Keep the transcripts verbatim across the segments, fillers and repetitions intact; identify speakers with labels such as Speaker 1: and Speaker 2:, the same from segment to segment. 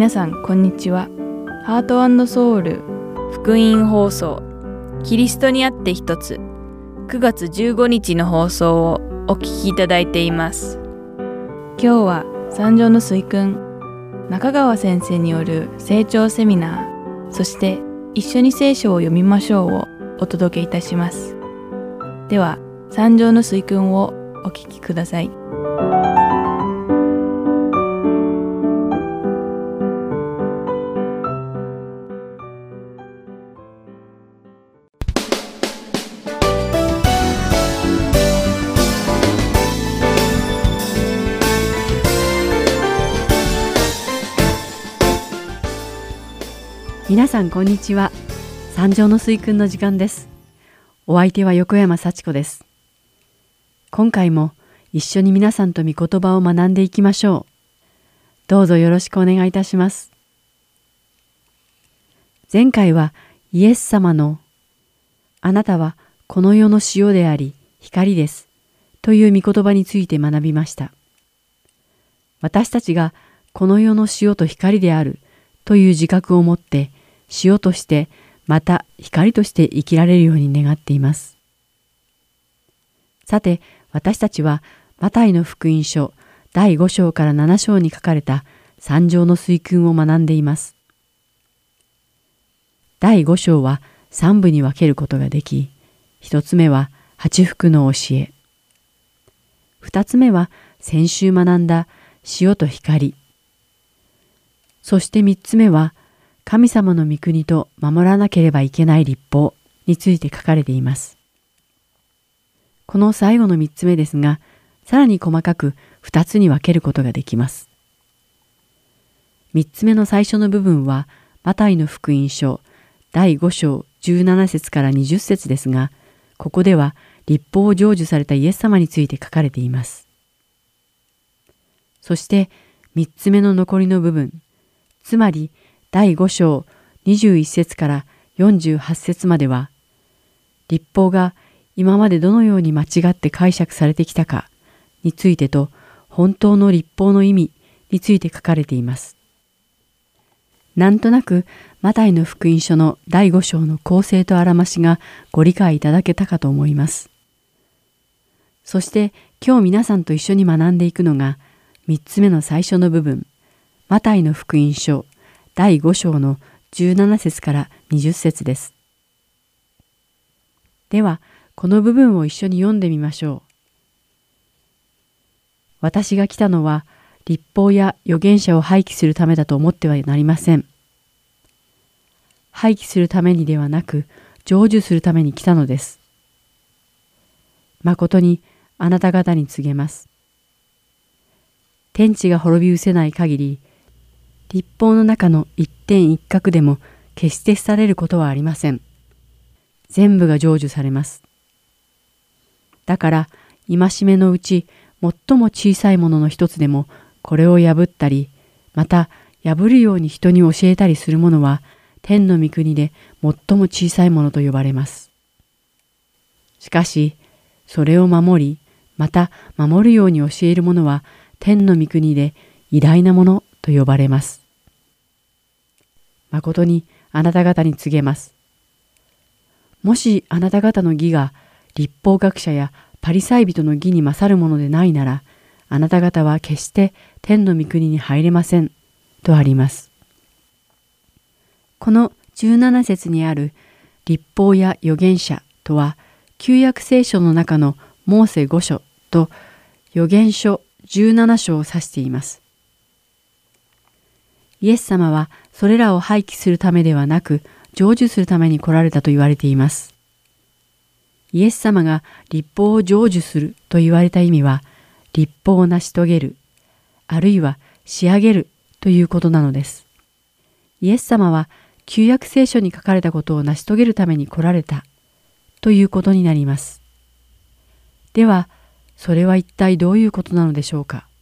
Speaker 1: 皆さんこんにちは。ハート&ソウル福音放送キリストにあって一つくがつじゅうごにちの放送をお聞きいただいています。今日は三条の水訓中川先生による成長セミナー、そして一緒に聖書を読みましょうをお届けいたします。では三条の水訓をお聞きください。
Speaker 2: 皆さんこんにちは。三条の水訓の時間です。お相手は横山幸子です。今回も一緒に皆さんと御言葉を学んでいきましょう。どうぞよろしくお願いいたします。前回はイエス様のあなたはこの世の塩であり光ですという御言葉について学びました。私たちがこの世の塩と光であるという自覚を持って塩としてまた光として生きられるように願っています。さて私たちはマタイの福音書だいご章からなな章に書かれた三条の水訓を学んでいます。だいご章はさん部に分けることができ、一つ目は八福の教え、二つ目は先週学んだ塩と光、そして三つ目は神様の御国と守らなければいけない律法について書かれています。この最後の三つ目ですが、さらに細かく二つに分けることができます。三つ目の最初の部分はマタイの福音書だいご章じゅうなな節からにじゅっ節ですが、ここでは律法を成就されたイエス様について書かれています。そして三つ目の残りの部分、つまりだいご章にじゅういち節からよんじゅうはち節までは、律法が今までどのように間違って解釈されてきたかについてと、本当の律法の意味について書かれています。なんとなくマタイの福音書のだいご章の構成とあらましがご理解いただけたかと思います。そして今日皆さんと一緒に学んでいくのがみっつめの最初の部分、マタイの福音書だいご章のじゅうなな節からにじゅっ節です。ではこの部分を一緒に読んでみましょう。私が来たのは律法や預言者を廃棄するためだと思ってはなりません。廃棄するためにではなく成就するために来たのです。まことにあなた方に告げます。天地が滅び失せない限り、律法の中の一点一角でも決して廃れることはありません。全部が成就されます。だから戒めのうち最も小さいものの一つでもこれを破ったり、また破るように人に教えたりするものは天の御国で最も小さいものと呼ばれます。しかしそれを守り、また守るように教えるものは天の御国で偉大なものと呼ばれます。まことにあなた方に告げます。もしあなた方の義が律法学者やパリサイ人の義に勝るものでないなら、あなた方は決して天の御国に入れませんとあります。このじゅうなな節にある律法や預言者とは、旧約聖書の中のモーセご書と預言書じゅうなな章を指しています。イエス様はそれらを廃棄するためではなく成就するために来られたと言われています。イエス様が律法を成就すると言われた意味は、律法を成し遂げる、あるいは仕上げるということなのです。イエス様は旧約聖書に書かれたことを成し遂げるために来られたということになります。では、それは一体どういうことなのでしょうか。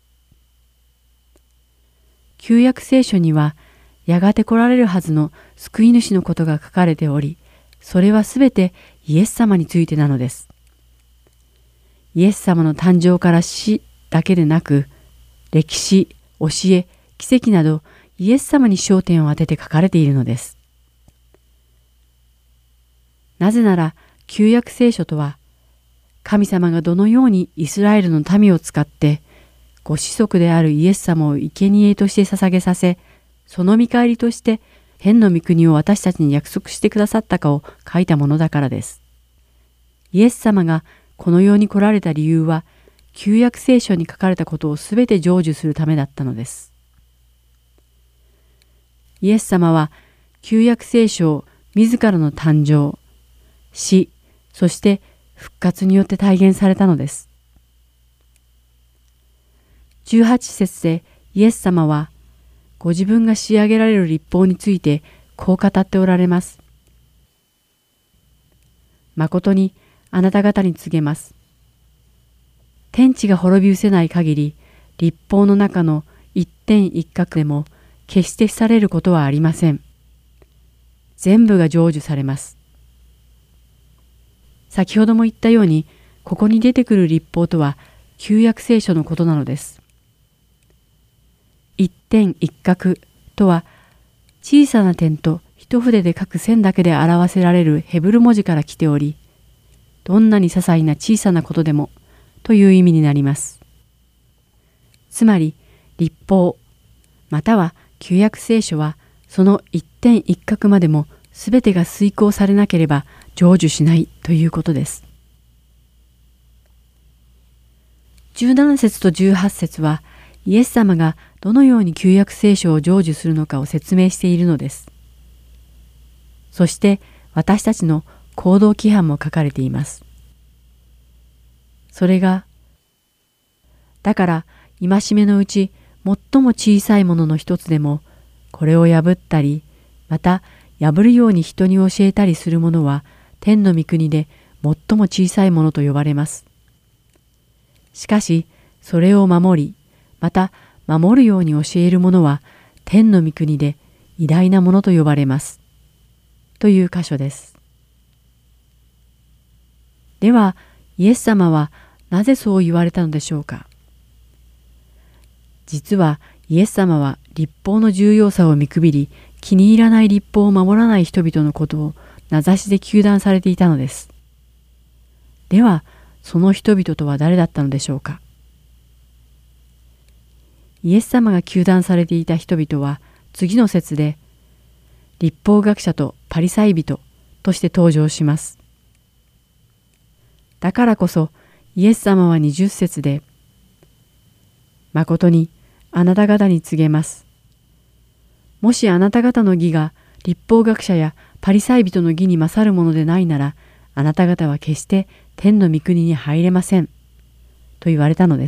Speaker 2: 旧約聖書にはやがて来られるはずの救い主のことが書かれており、それはすべてイエス様についてなのです。イエス様の誕生から死だけでなく、歴史、教え、奇跡などイエス様に焦点を当てて書かれているのです。なぜなら旧約聖書とは、神様がどのようにイスラエルの民を使ってご子息であるイエス様を生贄として捧げさせ、その見返りとして天の御国を私たちに約束してくださったかを書いたものだからです。イエス様がこの世に来られた理由は、旧約聖書に書かれたことをすべて成就するためだったのです。イエス様は旧約聖書を自らの誕生、死、そして復活によって体現されたのです。じゅうはち節でイエス様は、ご自分が仕上げられる律法についてこう語っておられます。誠にあなた方に告げます。天地が滅び失せない限り、律法の中の一点一画でも決してされることはありません。全部が成就されます。先ほども言ったように、ここに出てくる律法とは旧約聖書のことなのです。一点一画とは、小さな点と一筆で書く線だけで表せられるヘブル文字から来ており、どんなに些細な小さなことでもという意味になります。つまり、律法、または旧約聖書は、その一点一画までもすべてが遂行されなければ成就しないということです。じゅうなな節とじゅうはち節は、イエス様がどのように旧約聖書を成就するのかを説明しているのです。そして私たちの行動規範も書かれています。それが、だから戒めのうち最も小さいものの一つでも、これを破ったり、また破るように人に教えたりするものは、天の御国で最も小さいものと呼ばれます。しかし、それを守り、また守るように教えるものは、天の御国で偉大なものと呼ばれます。という箇所です。では、イエス様はなぜそう言われたのでしょうか。実は、イエス様は律法の重要さを見くびり、気に入らない律法を守らない人々のことを名指しで糾弾されていたのです。では、その人々とは誰だったのでしょうか。イエス様が糾弾されていた人々は、次の節で、律法学者とパリサイ人として登場します。だからこそ、イエス様はにじゅう節で、誠にあなた方に告げます。もしあなた方の義が律法学者やパリサイ人の義に勝るものでないなら、あなた方は決して天の御国に入れません。と言われたのです。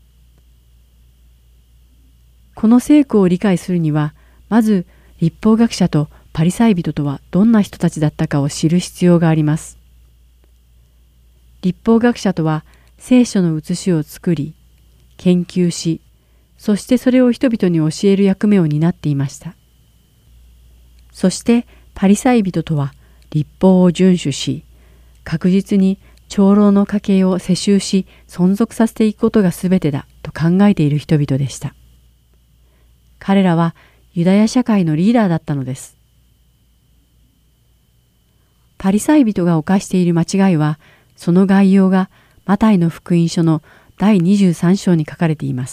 Speaker 2: この聖句を理解するには、まず律法学者とパリサイ人とはどんな人たちだったかを知る必要があります。律法学者とは聖書の写しを作り、研究し、そしてそれを人々に教える役目を担っていました。そしてパリサイ人とは律法を遵守し、確実に長老の家系を世襲し存続させていくことが全てだと考えている人々でした。彼らはユダヤ社会のリーダーだったのです。パリサイ人が犯している間違いは、その概要がマタイの福音書のだいにじゅうさん章に書かれています。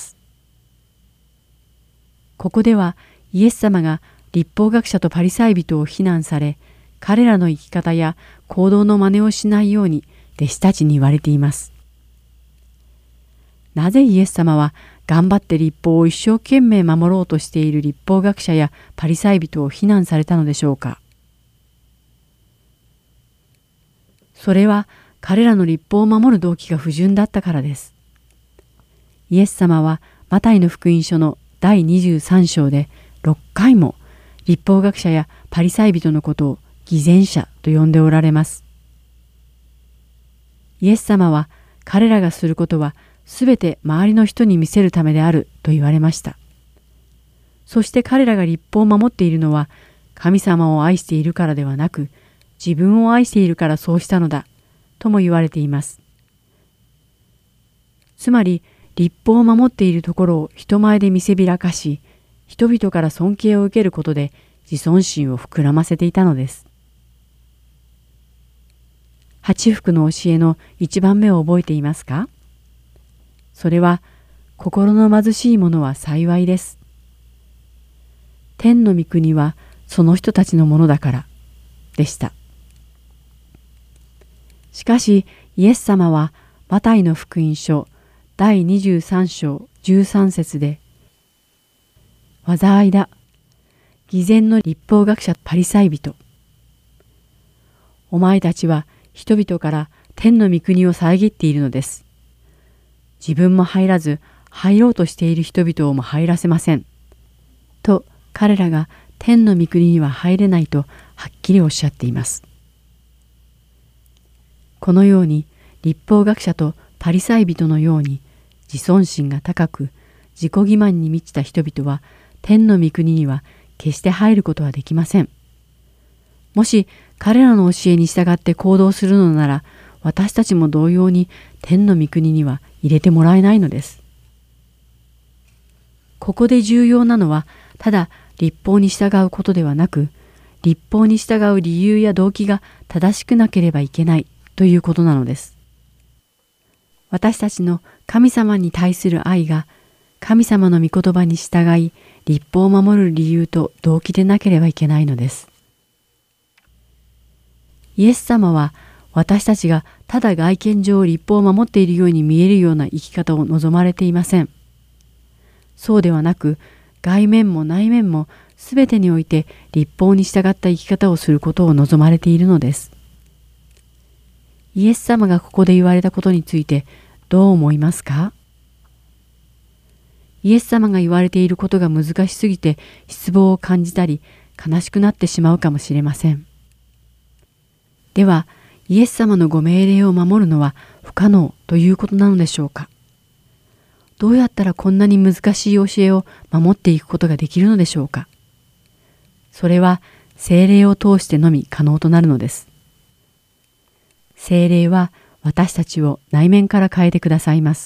Speaker 2: ここではイエス様が律法学者とパリサイ人を非難され、彼らの生き方や行動の真似をしないように弟子たちに言われています。なぜイエス様は頑張って律法を一生懸命守ろうとしている律法学者やパリサイ人を非難されたのでしょうか。それは彼らの律法を守る動機が不純だったからです。イエス様はマタイの福音書のだいにじゅうさん章でろっかいも律法学者やパリサイ人のことを偽善者と呼んでおられます。イエス様は彼らがすることはすべて周りの人に見せるためであると言われました。そして彼らが律法を守っているのは神様を愛しているからではなく、自分を愛しているからそうしたのだとも言われています。つまり律法を守っているところを人前で見せびらかし、 人々から尊敬を受けることで自尊心を膨らませていたのです。八福の教えの一番目を覚えていますか？それは、心の貧しい者は幸いです。天の御国はその人たちのものだからでした。しかしイエス様はマタイの福音書だいにじゅうさん章じゅうさん節で、災いだ、偽善の律法学者パリサイ人。お前たちは人々から天の御国を遮っているのです。自分も入らず入ろうとしている人々をも入らせません。と彼らが天の御国には入れないとはっきりおっしゃっています。このように律法学者とパリサイ人のように自尊心が高く自己欺瞞に満ちた人々は天の御国には決して入ることはできません。もし彼らの教えに従って行動するのなら、私たちも同様に天の御国には入れてもらえないのです。ここで重要なのは、ただ律法に従うことではなく、律法に従う理由や動機が正しくなければいけないということなのです。私たちの神様に対する愛が神様の御言葉に従い、律法を守る理由と動機でなければいけないのです。イエス様は私たちがただ外見上律法を守っているように見えるような生き方を望まれていません。そうではなく、外面も内面もすべてにおいて律法に従った生き方をすることを望まれているのです。イエス様がここで言われたことについてどう思いますか？イエス様が言われていることが難しすぎて失望を感じたり悲しくなってしまうかもしれません。では、イエス様のご命令を守るのは不可能ということなのでしょうか？どうやったらこんなに難しい教えを守っていくことができるのでしょうか？それは聖霊を通してのみ可能となるのです。聖霊は私たちを内面から変えてくださいます。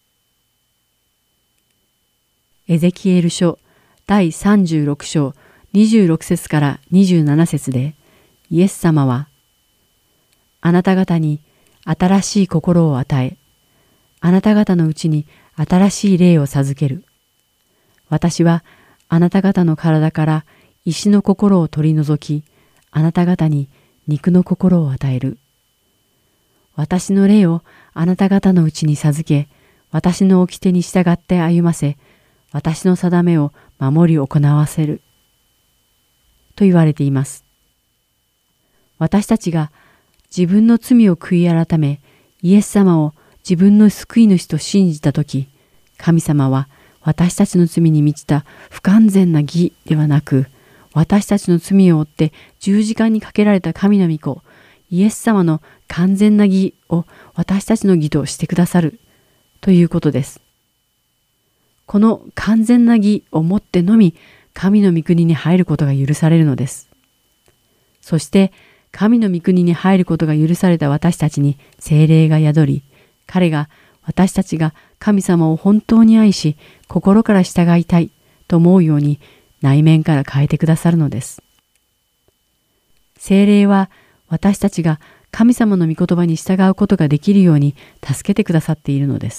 Speaker 2: エゼキエル書だいさんじゅうろく章にじゅうろく節からにじゅうなな節で、イエス様は、あなた方に新しい心を与え、あなた方のうちに新しい霊を授ける。私はあなた方の体から石の心を取り除き、あなた方に肉の心を与える。私の霊をあなた方のうちに授け、私の掟に従って歩ませ、私の定めを守り行わせる。と言われています。私たちが自分の罪を悔い改め、イエス様を自分の救い主と信じたとき、神様は私たちの罪に満ちた不完全な義ではなく、私たちの罪を負って十字架にかけられた神の御子、イエス様の完全な義を私たちの義としてくださるということです。この完全な義をもってのみ神の御国に入ることが許されるのです。そして神の御国に入ることが許された私たちに聖霊が宿り、彼が私たちが神様を本当に愛し、心から従いたいと思うように内面から変えてくださるのです。聖霊は私たちが神様の御言葉に従うことができるように助けてくださっているのです。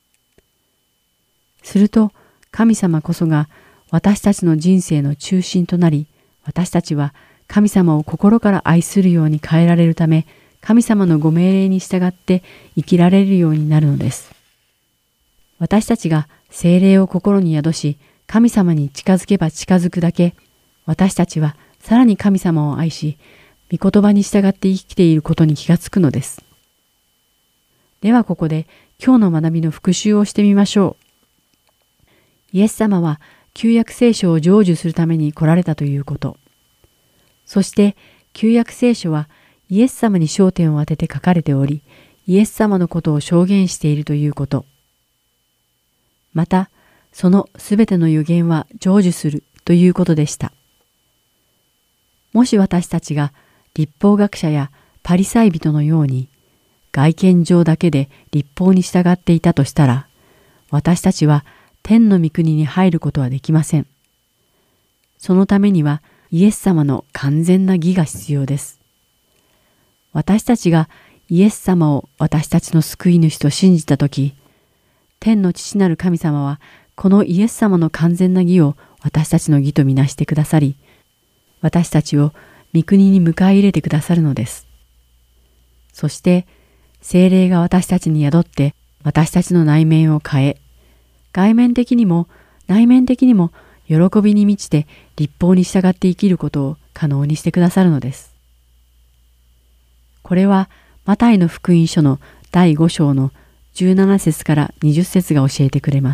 Speaker 2: すると神様こそが私たちの人生の中心となり、私たちは神様を心から愛するように変えられるため、神様のご命令に従って生きられるようになるのです。私たちが聖霊を心に宿し、神様に近づけば近づくだけ、私たちはさらに神様を愛し、御言葉に従って生きていることに気がつくのです。ではここで今日の学びの復習をしてみましょう。イエス様は旧約聖書を成就するために来られたということ。そして旧約聖書はイエス様に焦点を当てて書かれており、イエス様のことを証言しているということ。また、そのすべての預言は成就するということでした。もし私たちが律法学者やパリサイ人のように外見上だけで律法に従っていたとしたら、私たちは天の御国に入ることはできません。そのためにはイエス様の完全な義が必要です。私たちがイエス様を私たちの救い主と信じたとき、天の父なる神様はこのイエス様の完全な義を私たちの義とみなしてくださり、私たちを御国に迎え入れてくださるのです。そして聖霊が私たちに宿って私たちの内面を変え、外面的にも内面的にも喜びに満ちて律法に従って生きることを可能にしてくださるのです。これはマタイの福音書のだいご章のじゅうなな節からにじゅっ節が教えてくれます。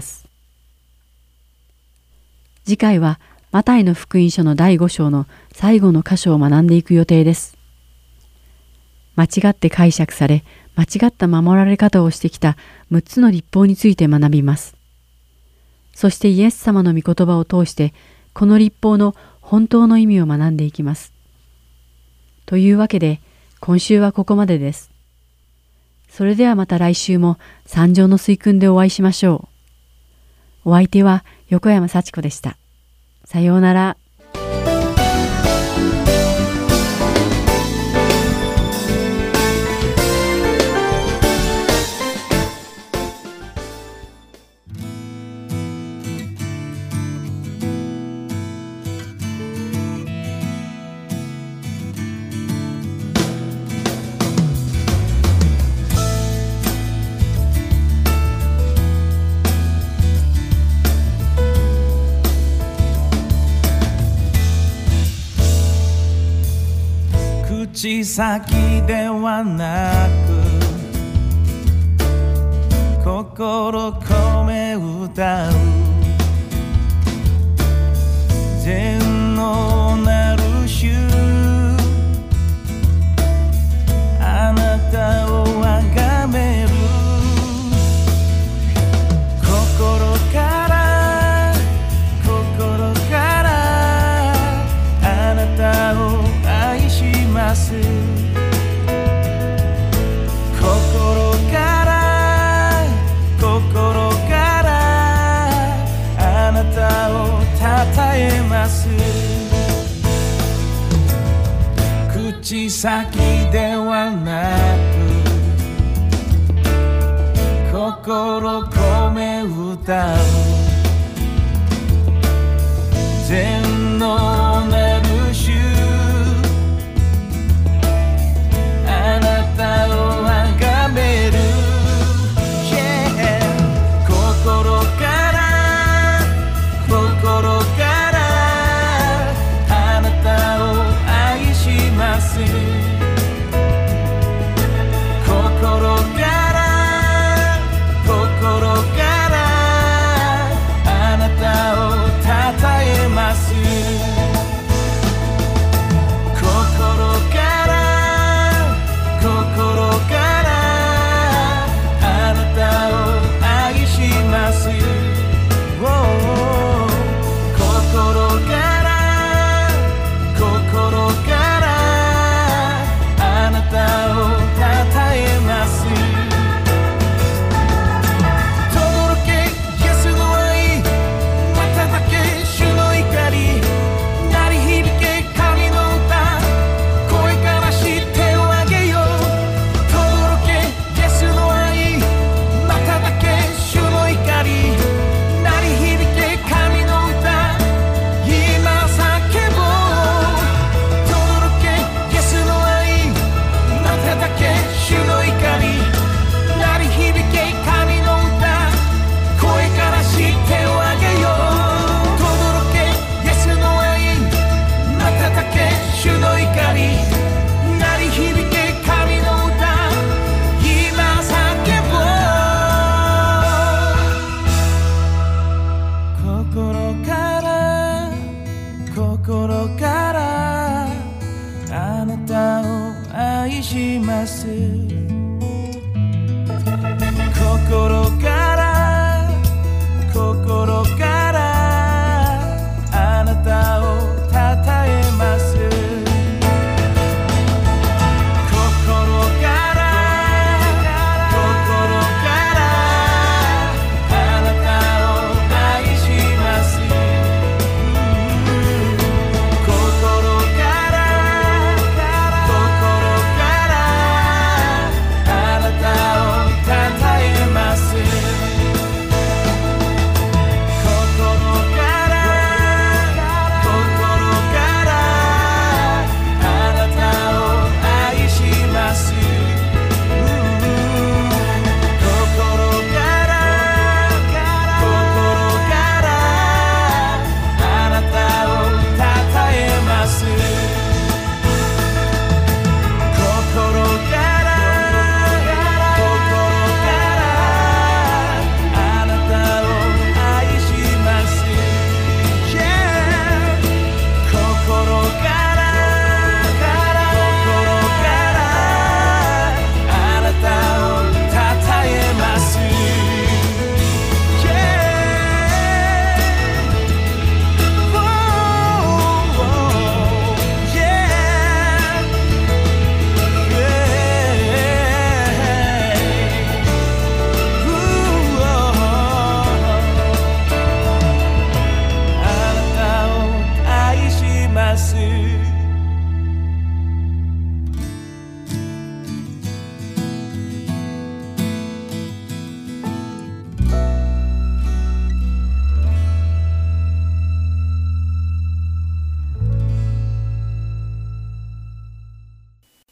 Speaker 2: 次回はマタイの福音書のだいご章の最後の箇所を学んでいく予定です。間違って解釈され、間違った守られ方をしてきたむっつの律法について学びます。そしてイエス様の御言葉を通して、この律法の本当の意味を学んでいきます。というわけで、今週はここまでです。それではまた来週も三条の水訓でお会いしましょう。お相手は横山幸子でした。さようなら。
Speaker 3: 口先ではなく心込め歌う全能なる主、あなたを崇める心から心からあなたを愛します心から心からあなたを称えます口先ではなく心込め歌う全能なる主、あなたを崇める、yeah、心から心からあなたを愛します心から心からあなたを称えます心から心からあなたを愛します、oh、心から心からあなたを称えます轟けイエスの愛、瞬け主の怒り、鳴り響け神の歌、声からしてを上げよう轟けイエスの愛、瞬け主の怒り、鳴り響け神の歌、今叫ぼう轟けイエスの愛、瞬け主の怒り、鳴り響け神の歌、声からしてを上げよう轟けイエスの愛、瞬け主の怒り、鳴り響け神の歌、今叫ぼう心から心からあなたを愛します心から心からあなたを称えます心から心からあなたを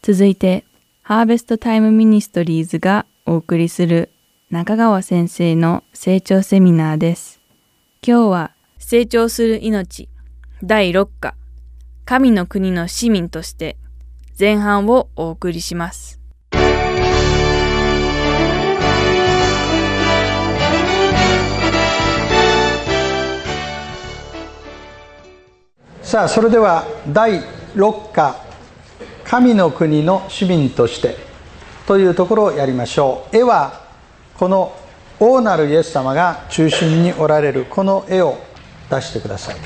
Speaker 1: 続いて、ハーベストタイムミニストリーズがお送りする中川先生の成長セミナーです。今日は成長する命だいろっか、神の国の市民として前半をお送りします。
Speaker 4: さあ、それではだいろっか、神の国の市民としてというところをやりましょう。絵はこの王なるイエス様が中心におられるこの絵を出してください。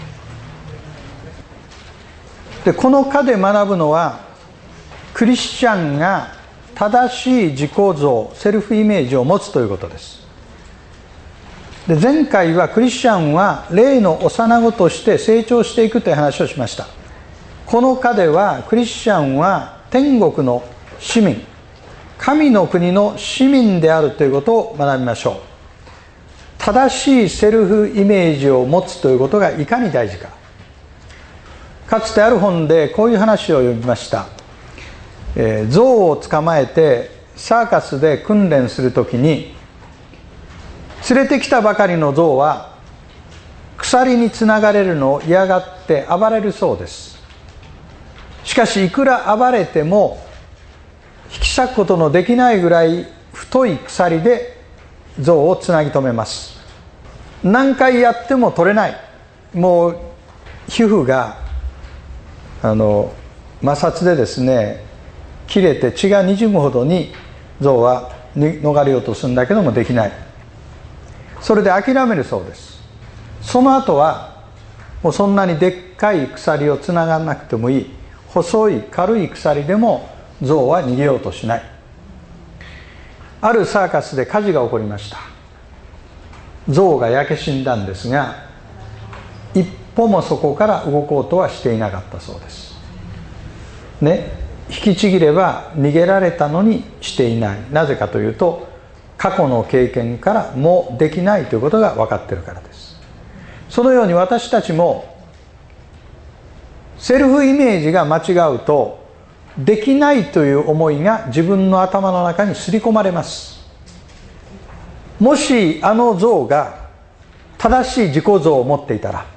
Speaker 4: で、この課で学ぶのは、クリスチャンが正しい自己像、セルフイメージを持つということです。で、前回はクリスチャンは霊の幼子として成長していくという話をしました。この課ではクリスチャンは天国の市民、神の国の市民であるということを学びましょう。正しいセルフイメージを持つということがいかに大事か。かつてある本でこういう話を読みました。えー、象を捕まえてサーカスで訓練するときに、連れてきたばかりの象は鎖につながれるのを嫌がって暴れるそうです。しかしいくら暴れても引き裂くことのできないぐらい太い鎖で象をつなぎ止めます。何回やっても取れない。もう皮膚があの摩擦でですね、切れて血がにじむほどに象は逃れようとするんだけどもできない。それで諦めるそうです。その後はもうそんなにでっかい鎖をつながなくてもいい、細い軽い鎖でも象は逃げようとしない。あるサーカスで火事が起こりました。象が焼け死んだんですが、一歩もそこから動こうとはしていなかったそうですね。引きちぎれば逃げられたのにしていない。なぜかというと、過去の経験からもうできないということが分かっているからです。そのように私たちもセルフイメージが間違うと、できないという思いが自分の頭の中に刷り込まれます。もしあの像が正しい自己像を持っていたら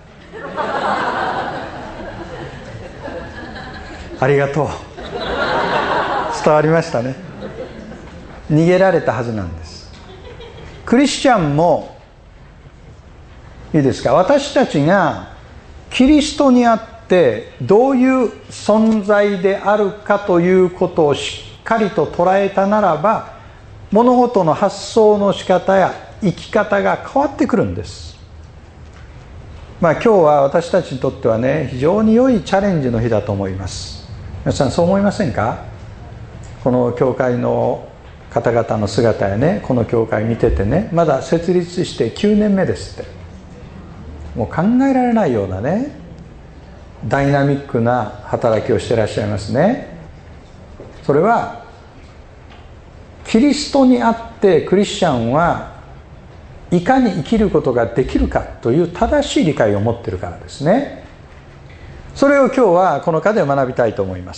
Speaker 4: ありがとう、伝わりましたね。逃げられたはずなんです。クリスチャンもいいですか、私たちがキリストにあってどういう存在であるかということをしっかりと捉えたならば、物事の発想の仕方や生き方が変わってくるんです。まあ今日は私たちにとってはね、非常に良いチャレンジの日だと思います。皆さんそう思いませんか？この教会の方々の姿やね、この教会見ててね、まだ設立してきゅうねんめですって、もう考えられないようなね、ダイナミックな働きをしていらっしゃいますね。それはキリストにあってクリスチャンはいかに生きることができるかという正しい理解を持っているからですね。それを今日はこの課で学びたいと思います。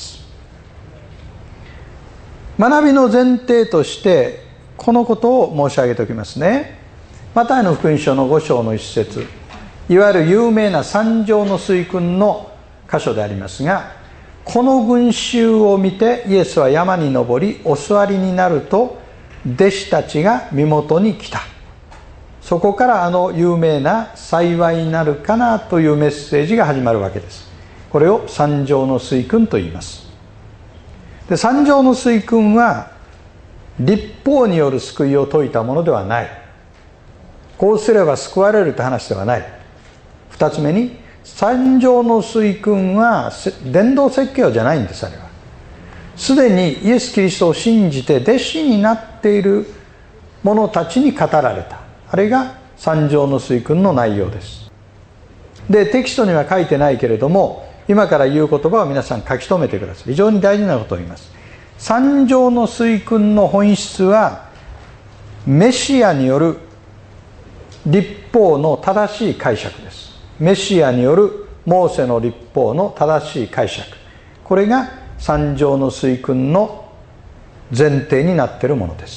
Speaker 4: 学びの前提としてこのことを申し上げておきますね。マタイの福音書のご章の一節、いわゆる有名な三条の水訓の箇所でありますが、この群衆を見てイエスは山に登り、お座りになると弟子たちが身元に来た。そこからあの有名な幸いになるかなというメッセージが始まるわけです。これを三条の水訓と言います。で、三条の水訓は律法による救いを説いたものではない。こうすれば救われるという話ではない。二つ目に、三条の水訓は伝道説教じゃないんです。あれはすでにイエス・キリストを信じて弟子になっている者たちに語られた、あれが三条の水訓の内容です。で、テキストには書いてないけれども、今から言う言葉を皆さん書き留めてください。非常に大事なことを言います。三条の水訓の本質はメシアによる律法の正しい解釈です。メシアによるモーセの律法の正しい解釈、これが三条の水訓の前提になっているものです。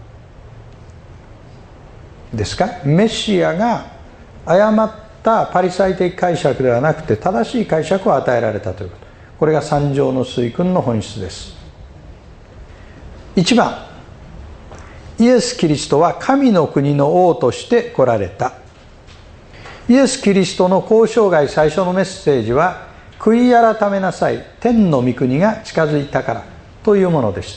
Speaker 4: ですか、メシアが誤ったパリサイ的解釈ではなくて正しい解釈を与えられたということ、これが三条の水訓の本質です。いちばん、イエス・キリストは神の国の王として来られた。イエス・キリストの交渉外最初のメッセージは、悔い改めなさい、天の御国が近づいたからというものでした。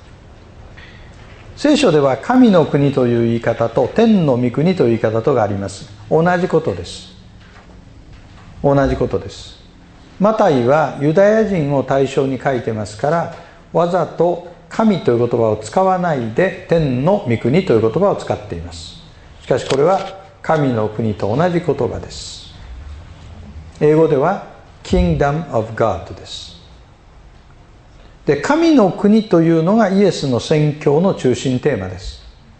Speaker 4: 聖書では神の国という言い方と天の御国という言い方とがあります。同じことです。同じことです。マタイはユダヤ人を対象に書いてますから、わざと神という言葉を使わないで天の御国という言葉を使っています。しかしこれは神の国と同じ言葉です。英語では Kingdom of God です。で、神の国というのがイエスの宣教の中心テーマです。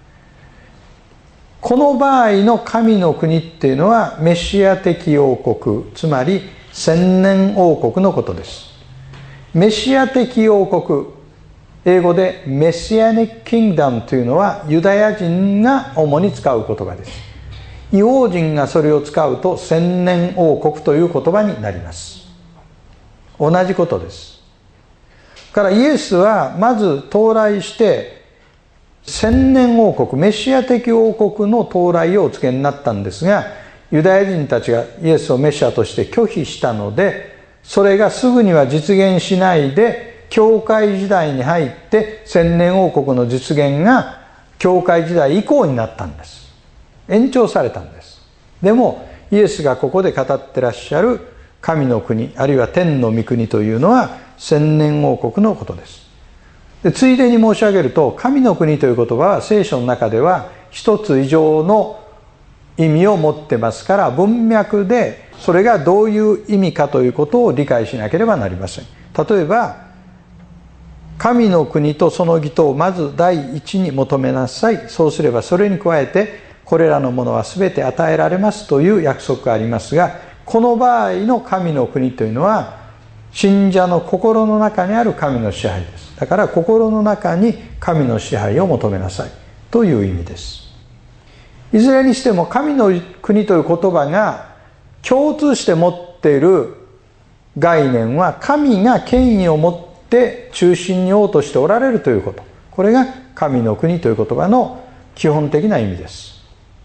Speaker 4: この場合の神の国っていうのはメシア的王国、つまり千年王国のことです。メシア的王国、英語でメシアニック・キングダムというのはユダヤ人が主に使う言葉です。異邦人がそれを使うと千年王国という言葉になります。同じことです。からイエスはまず到来して千年王国、メシア的王国の到来をお告げになったんですが、ユダヤ人たちがイエスをメシアとして拒否したので、それがすぐには実現しないで教会時代に入って千年王国の実現が教会時代以降になったんです。延長されたんです。でもイエスがここで語ってらっしゃる神の国、あるいは天の御国というのは千年王国のことです。で、ついでに申し上げると、神の国という言葉は聖書の中では一つ以上の意味を持ってますから、文脈でそれがどういう意味かということを理解しなければなりません。例えば、神の国とその義とをまず第一に求めなさい。そうすればそれに加えてこれらのものは全て与えられますという約束がありますが、この場合の神の国というのは信者の心の中にある神の支配です。だから心の中に神の支配を求めなさいという意味です。いずれにしても神の国という言葉が共通して持っている概念は、神が権威を持って中心に王としておられるということ。これが神の国という言葉の基本的な意味です。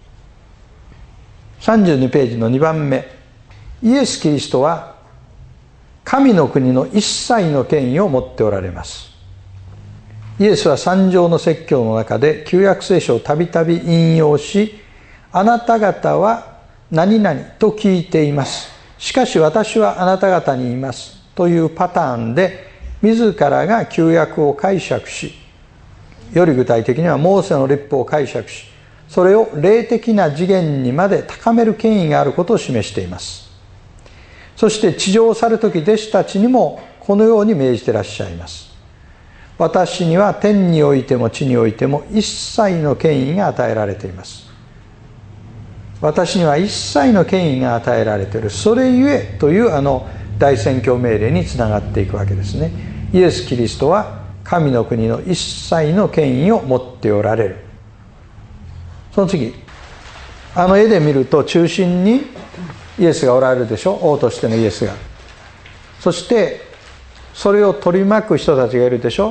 Speaker 4: さんじゅうにページのにばんめ、イエス・キリストは神の国の一切の権威を持っておられます。イエスは三条の説教の中で旧約聖書をたびたび引用し、あなた方は何々と聞いています。しかし私はあなた方に言いますというパターンで、自らが旧約を解釈し、より具体的にはモーセの律法を解釈し、それを霊的な次元にまで高める権威があることを示しています。そして地上される時、弟子たちにもこのように命じていらっしゃいます。私には天においても地においても一切の権威が与えられています。私には一切の権威が与えられている。それゆえというあの大宣教命令につながっていくわけですね。イエス・キリストは神の国の一切の権威を持っておられる。その次、あの絵で見ると中心にイエスがおられるでしょ。王としてのイエスが。そしてそれを取り巻く人たちがいるでしょ。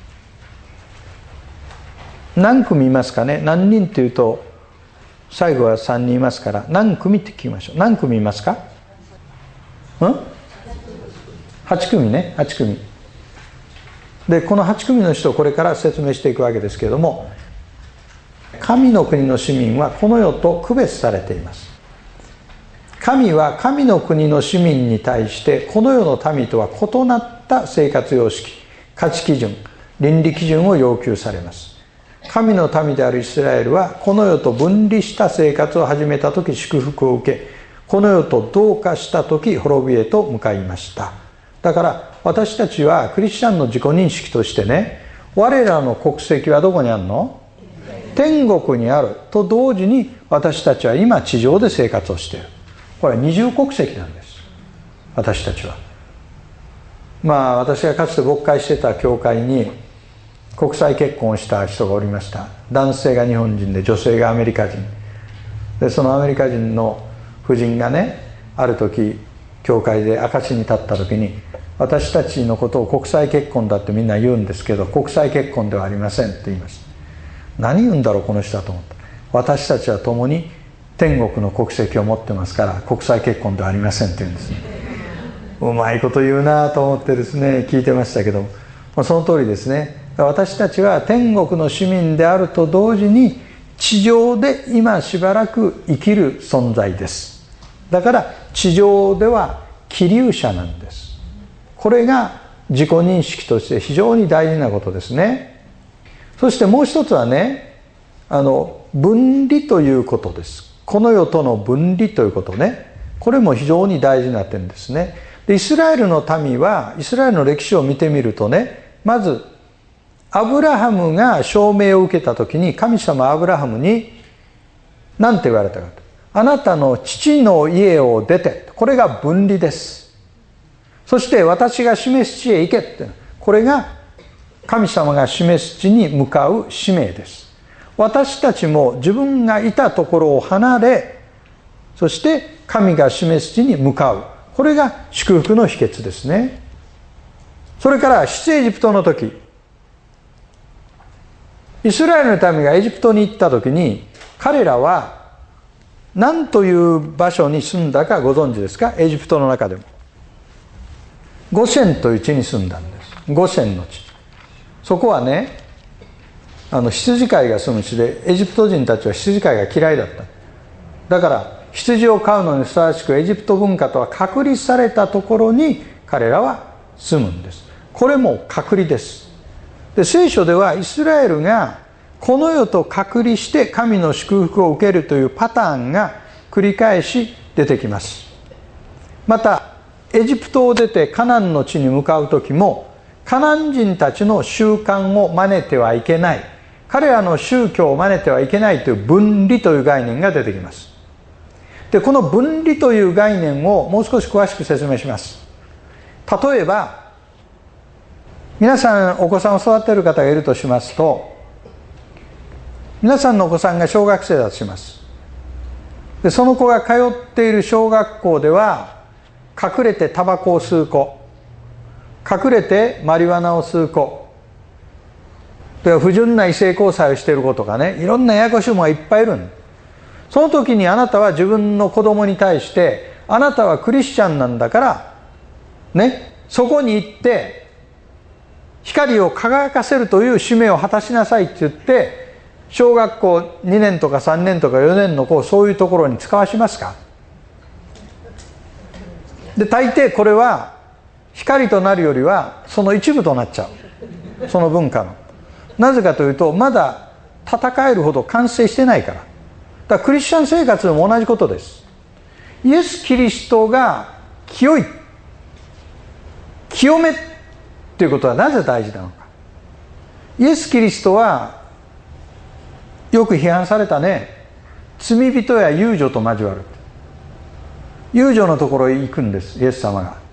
Speaker 4: 何組いますかね。何人っていうと最後はさんにんいますから、何組って聞きましょう。何組いますか。うんはち組ね。はち組で、このはち組の人をこれから説明していくわけですけれども、神の国の市民はこの世と区別されています。神は神の国の市民に対してこの世の民とは異なった生活様式、価値基準、倫理基準を要求されます。神の民であるイスラエルはこの世と分離した生活を始めた時祝福を受け、この世と同化した時滅びへと向かいました。だから私たちはクリスチャンの自己認識としてね、我らの国籍はどこにあるの？天国にあると同時に、私たちは今地上で生活をしている。これは二重国籍なんです。私たちはまあ私がかつて牧会してた教会に国際結婚をした人がおりました。男性が日本人で女性がアメリカ人で、そのアメリカ人の夫人がね、ある時教会で証しに立った時に、私たちのことを国際結婚だってみんな言うんですけど、国際結婚ではありませんって言いました。何言うんだろうこの人だと思った。私たちは共に天国の国籍を持ってますから国際結婚ではありませんって言うんですね。うまいこと言うなと思ってですね、聞いてましたけど、その通りですね。私たちは天国の市民であると同時に地上で今しばらく生きる存在です。だから地上では希留者なんです。これが自己認識として非常に大事なことですね。そしてもう一つはね、あの分離ということです。この世との分離ということね、これも非常に大事な点ですね。でイスラエルの民は、イスラエルの歴史を見てみるとね、まずアブラハムが証明を受けた時に、神様はアブラハムに何て言われたかと、あなたの父の家を出て、これが分離です。そして私が示す地へ行けって、これが神様が示す地に向かう使命です。私たちも自分がいたところを離れ、そして神が示す地に向かう、これが祝福の秘訣ですね。それから出エジプトの時、イスラエルの民がエジプトに行った時に、彼らは何という場所に住んだかご存知ですか？エジプトの中でもゴシェンという地に住んだんです。ゴシェンの地、そこはね、あの羊飼いが住む地で、エジプト人たちは羊飼いが嫌いだった。だから羊を飼うのにふさわしく、エジプト文化とは隔離されたところに彼らは住むんです。これも隔離です。で聖書ではイスラエルがこの世と隔離して神の祝福を受けるというパターンが繰り返し出てきます。またエジプトを出てカナンの地に向かう時も、カナン人たちの習慣を真似てはいけない、彼らの宗教を真似てはいけないという分離という概念が出てきます。でこの分離という概念をもう少し詳しく説明します。例えば皆さんお子さんを育てる方がいるとしますと、皆さんのお子さんが小学生だとします。でその子が通っている小学校では、隠れてタバコを吸う子、隠れてマリワナを吸う子、で不純な異性交際をしている子とかね、いろんなややこしいものがいっぱいいるんです。その時にあなたは自分の子供に対して、あなたはクリスチャンなんだからね、そこに行って光を輝かせるという使命を果たしなさいって言って、小学校にねんとかさんねんとかよねんの子をそういうところに使わしますか？で大抵これは光となるよりはその一部となっちゃう、その文化の。なぜかというと、まだ戦えるほど完成してないから。だからクリスチャン生活でも同じことです。イエス・キリストが清い、清めということはなぜ大事なのか。イエス・キリストはよく批判されたね、罪人や遊女と交わる。遊女のところへ行くんです、イエス様が。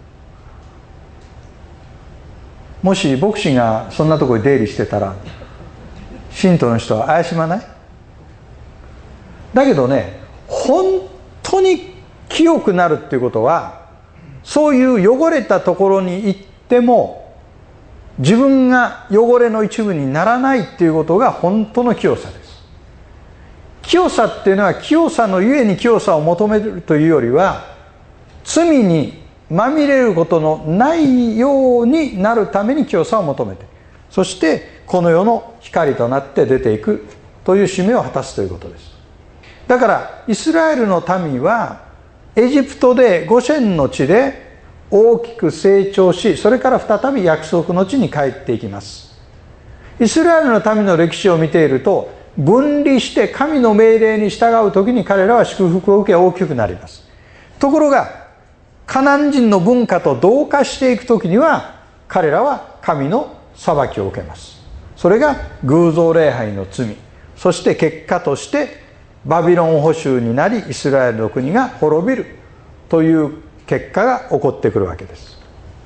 Speaker 4: もし牧師がそんなところに出入りしてたら、信徒の人は怪しまない？だけどね、本当に清くなるっていうことは、そういう汚れたところに行っても自分が汚れの一部にならないっていうことが本当の清さです。清さっていうのは、清さのゆえに清さを求めるというよりは、罪にまみれることのないようになるために清さを求めて、そしてこの世の光となって出ていくという使命を果たすということです。だからイスラエルの民はエジプトでゴシェンの地で大きく成長し、それから再び約束の地に帰っていきます。イスラエルの民の歴史を見ていると、分離して神の命令に従う時に彼らは祝福を受け大きくなります。ところがカナン人の文化と同化していく時には、彼らは神の裁きを受けます。それが偶像礼拝の罪、そして結果としてバビロン捕囚になり、イスラエルの国が滅びるという結果が起こってくるわけです。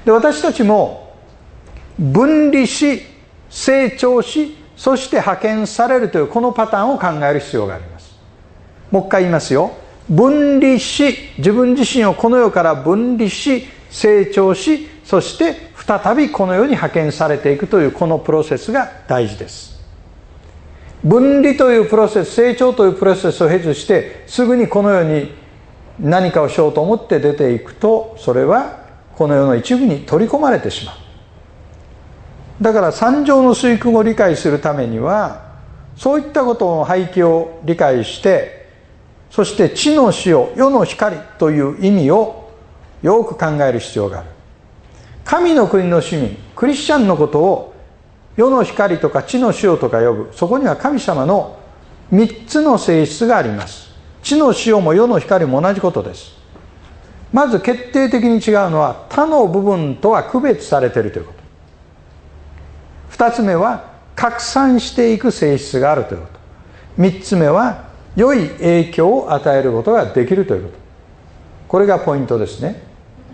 Speaker 4: で、私たちも分離し、成長し、そして派遣されるというこのパターンを考える必要があります。もう一回言いますよ。分離し、自分自身をこの世から分離し、成長し、そして再びこの世に派遣されていくというこのプロセスが大事です。分離というプロセス、成長というプロセスを経ずしてすぐにこの世に何かをしようと思って出ていくと、それはこの世の一部に取り込まれてしまう。だから三条の水訓を理解するためには、そういったことの背景を理解して、そして地の塩、世の光という意味をよく考える必要がある。神の国の市民、クリスチャンのことを世の光とか地の塩とか呼ぶ。そこには神様のみっつの性質があります。地の塩も世の光も同じことです。まず決定的に違うのは、他の部分とは区別されているということ。二つ目は拡散していく性質があるということ。三つ目は良い影響を与えることができるということ。これがポイントですね。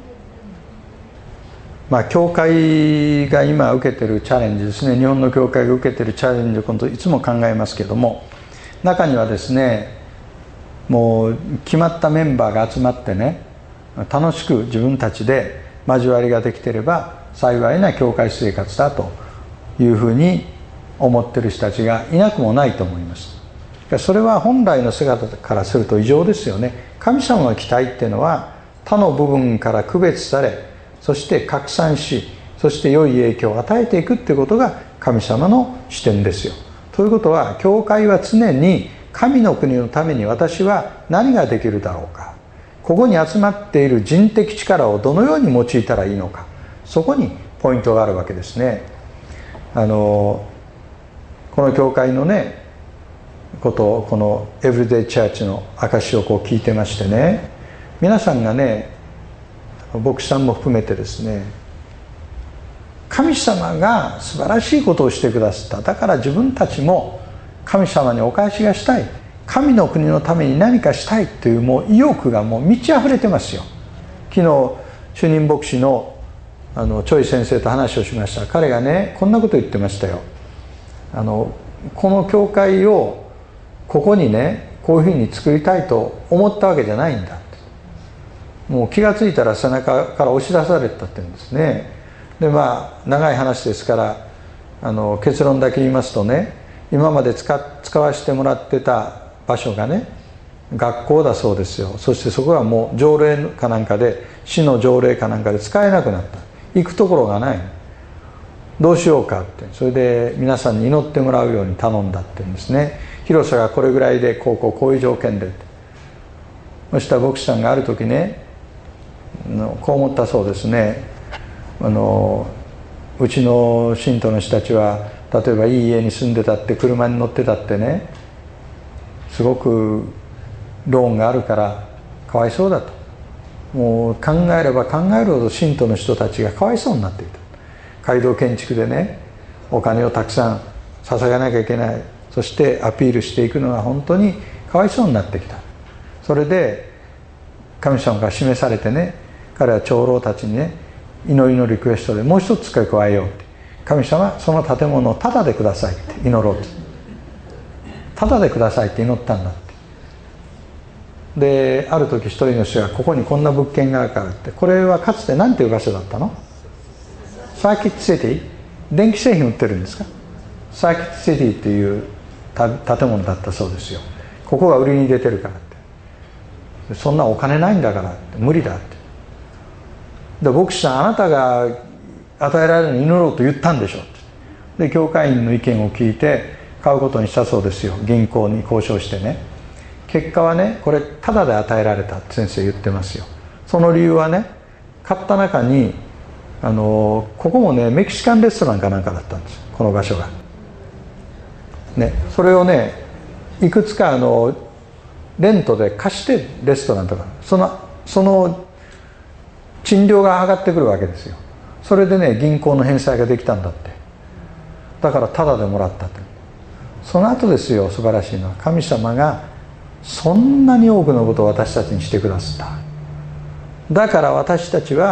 Speaker 4: まあ教会が今受けているチャレンジですね。日本の教会が受けているチャレンジを今度いつも考えますけども、中にはですね、もう決まったメンバーが集まってね、楽しく自分たちで交わりができていれば幸いな教会生活だというふうに思っている人たちがいなくもないと思います。それは本来の姿からすると異常ですよね。神様の期待っていうのは他の部分から区別され、そして拡散し、そして良い影響を与えていくっていうことが神様の視点ですよ。ということは、教会は常に神の国のために私は何ができるだろうか、ここに集まっている人的力をどのように用いたらいいのか、そこにポイントがあるわけですね。あのこの教会のねことを、このエブリデイチャーチの証をこう聞いてましてね、皆さんがね、牧師さんも含めてですね、神様が素晴らしいことをしてくださった、だから自分たちも神様にお返しがしたい、神の国のために何かしたいというもう意欲がもう満ち溢れてますよ。昨日主任牧師のあのチョイ先生と話をしました。彼がねこんなこと言ってましたよ。あのこの教会をここにねこういうふうに作りたいと思ったわけじゃないんだって、もう気が付いたら背中から押し出されたって言うんですね。でまあ長い話ですからあの結論だけ言いますとね、今まで 使, 使わせてもらってた場所がね学校だそうですよ。そしてそこはもう条例かなんかで、市の条例かなんかで使えなくなった、行くところがない、どうしようかって、それで皆さんに祈ってもらうように頼んだって言うんですね。広さがこれぐらいでこうこうこういう条件でって。そしたら牧師さんがある時ねこう思ったそうですね。あのうちの信徒の人たちは例えばいい家に住んでたって、車に乗ってたってね、すごくローンがあるからかわいそうだと、もう考えれば考えるほど信徒の人たちがかわいそうになっていた。街道建築でねお金をたくさん捧げなきゃいけない、そしてアピールしていくのが本当にかわいそうになってきた。それで神様が示されてね、彼は長老たちにね祈りのリクエストでもう一つ付け加えようって、神様その建物をタダでくださいって祈ろうと、タダでくださいって祈ったんだって。である時一人の人がここにこんな物件があるからって、これはかつて何ていう場所だったの？サーキットシティ、電気製品売ってるんですか？サーキットシティっていう建物だったそうですよ。ここが売りに出てるからって、そんなお金ないんだからって無理だって。で牧師さんあなたが与えられるのに祈ろうと言ったんでしょって。で教会員の意見を聞いて買うことにしたそうですよ。銀行に交渉してね。結果はねこれタダで与えられたって先生言ってますよ。その理由はね、買った中にあのここもねメキシカンレストランかなんかだったんです、この場所がね。それをねいくつかあのレントで貸してレストランとか、そのその賃料が上がってくるわけですよ。それでね銀行の返済ができたんだって。だからタダでもらったって。その後ですよ素晴らしいのは、神様がそんなに多くのことを私たちにしてくださった。だから私たちは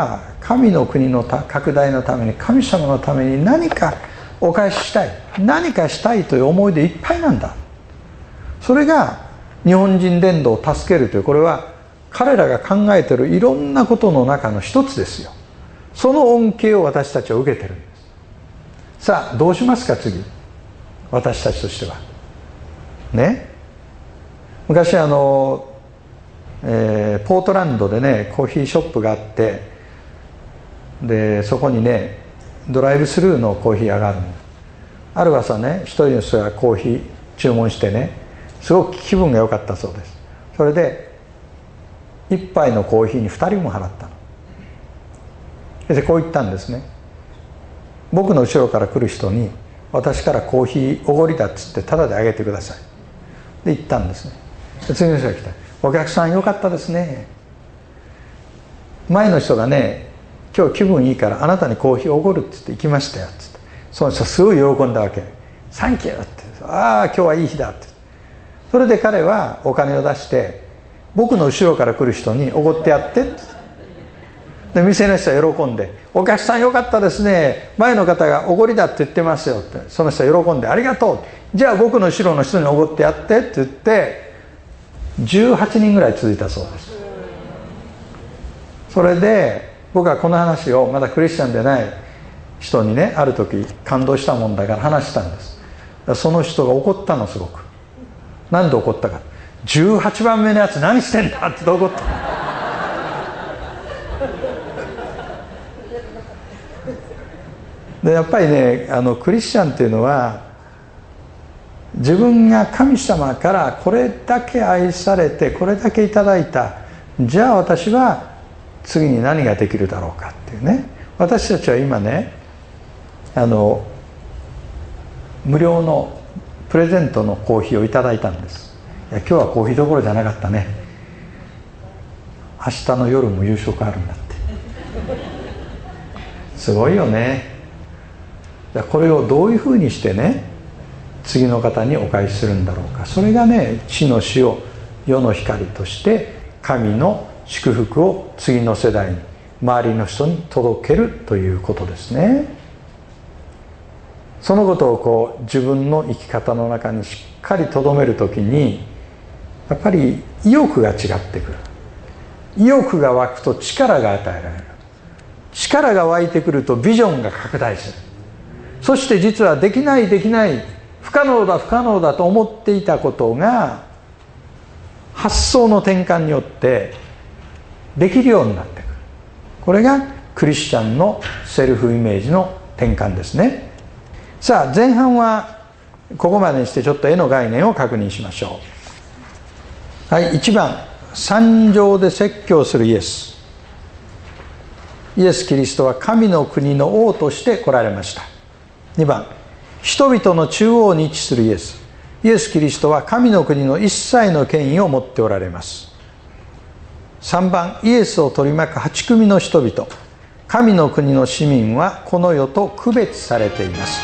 Speaker 4: 神の国の拡大のために、神様のために何かお返ししたい、何かしたいという思いでいっぱいなんだ。それが日本人伝道を助けるという、これは彼らが考えているいろんなことの中の一つですよ。その恩恵を私たちは受けてるんです。さあどうしますか、次私たちとしてはね。昔あの、えー、ポートランドでねコーヒーショップがあって、でそこにねドライブスルーのコーヒー屋があるの。ある朝ね一人の人がコーヒー注文してね、すごく気分が良かったそうです。それで一杯のコーヒーに二人も払ったので、こう言ったんですね。僕の後ろから来る人に私からコーヒーおごりだっつってタダであげてくださいで言ったんですね。で次の人が来た。お客さんよかったですね、前の人がね今日気分いいからあなたにコーヒーおごるって言って行きましたよっつって、その人すごい喜んだわけ。サンキューって、ああ今日はいい日だって。それで彼はお金を出して僕の後ろから来る人におごってやってって。で店の人は喜んで、お客さんよかったですね、前の方がおごりだって言ってますよって。その人は喜んで、ありがとう、じゃあ僕の後ろの人におごってやってって言ってじゅうはちにんぐらい続いたそうです。それで僕はこの話をまだクリスチャンでない人にねある時感動したもんだから話したんです。その人が怒ったの、すごく。なんで怒ったか、じゅうはちばんめのやつ何してんだって怒ったでやっぱりねあのクリスチャンっていうのは自分が神様からこれだけ愛されてこれだけいただいた、じゃあ私は次に何ができるだろうかっていうね。私たちは今ねあの無料のプレゼントのコーヒーをいただいたんです。いや今日はコーヒーどころじゃなかったね、明日の夜も夕食あるんだってすごいよね。これをどういうふうにしてね次の方にお返しするんだろうか。それがね地の塩、世の光として神の祝福を次の世代に、周りの人に届けるということですね。そのことをこう自分の生き方の中にしっかりとどめるときに、やっぱり意欲が違ってくる。意欲が湧くと力が与えられる。力が湧いてくるとビジョンが拡大する。そして実はできないできない不可能だ不可能だと思っていたことが発想の転換によってできるようになってくる。これがクリスチャンのセルフイメージの転換ですね。さあ前半はここまでにしてちょっと絵の概念を確認しましょう。はい、いちばん、山上で説教するイエス。イエス・キリストは神の国の王として来られました。にばん、人々の中央に位置するイエス。イエス・キリストは神の国の一切の権威を持っておられます。さんばん、イエスを取り巻くはち組の人々。神の国の市民はこの世と区別されています。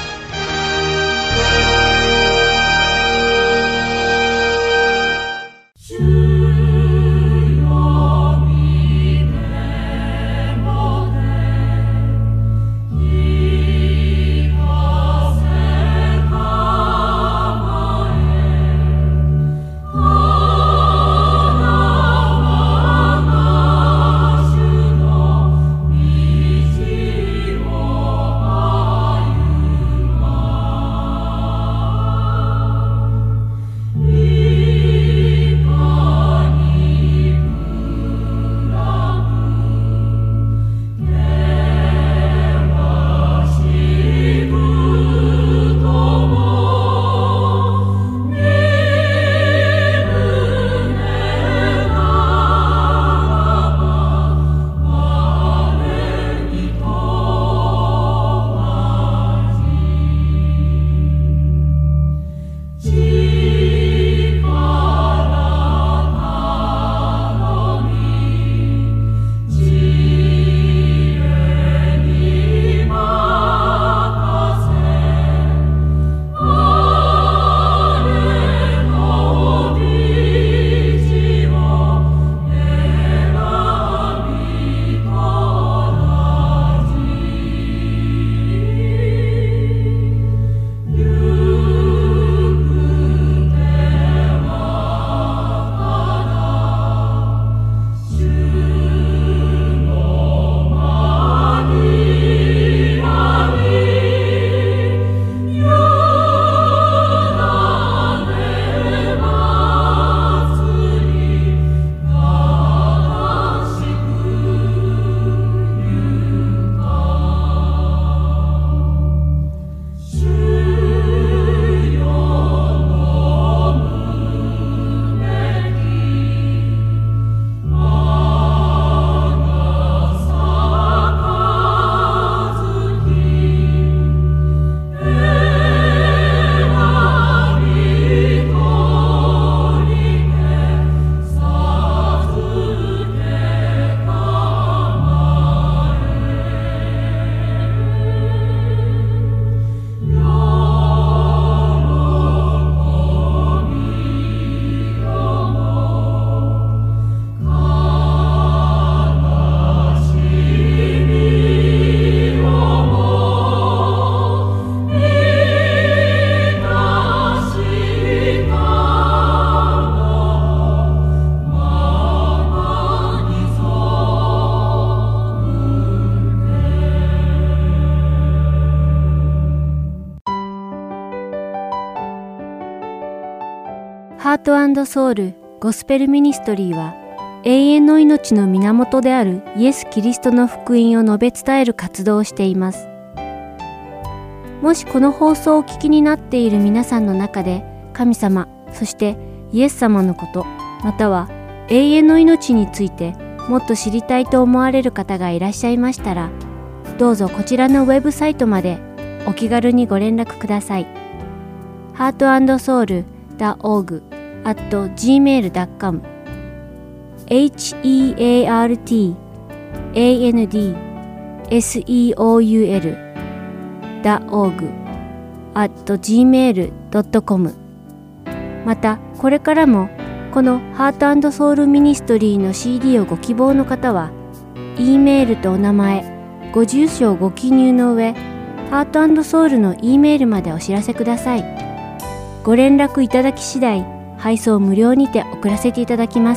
Speaker 5: ハート&ソウルゴスペルミニストリーは、永遠の命の源であるイエス・キリストの福音を述べ伝える活動をしています。もしこの放送をお聞きになっている皆さんの中で、神様、そしてイエス様のこと、または永遠の命についてもっと知りたいと思われる方がいらっしゃいましたら、どうぞこちらのウェブサイトまでお気軽にご連絡ください。ハート&ソウル ドット オールジー アット ジーメール ドット コム エイチ イー エー アール ティー エー エヌ ディー エス イー オー ユー エル ドット オールジー アット ジーメール ドット コム。 またこれからもこのハート&ソウルミニストリーの シーディー をご希望の方は、E メールとお名前、ご住所をご記入の上、ハート&ソウルの E メールまでお知らせください。ご連絡いただき次第、配送無料にて送らせていただきます。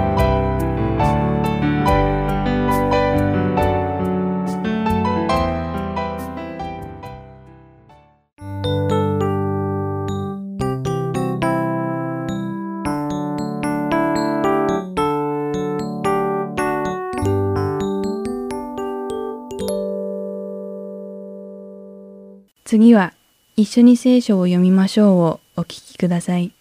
Speaker 1: 次は一緒に聖書を読みましょうをお聞きください。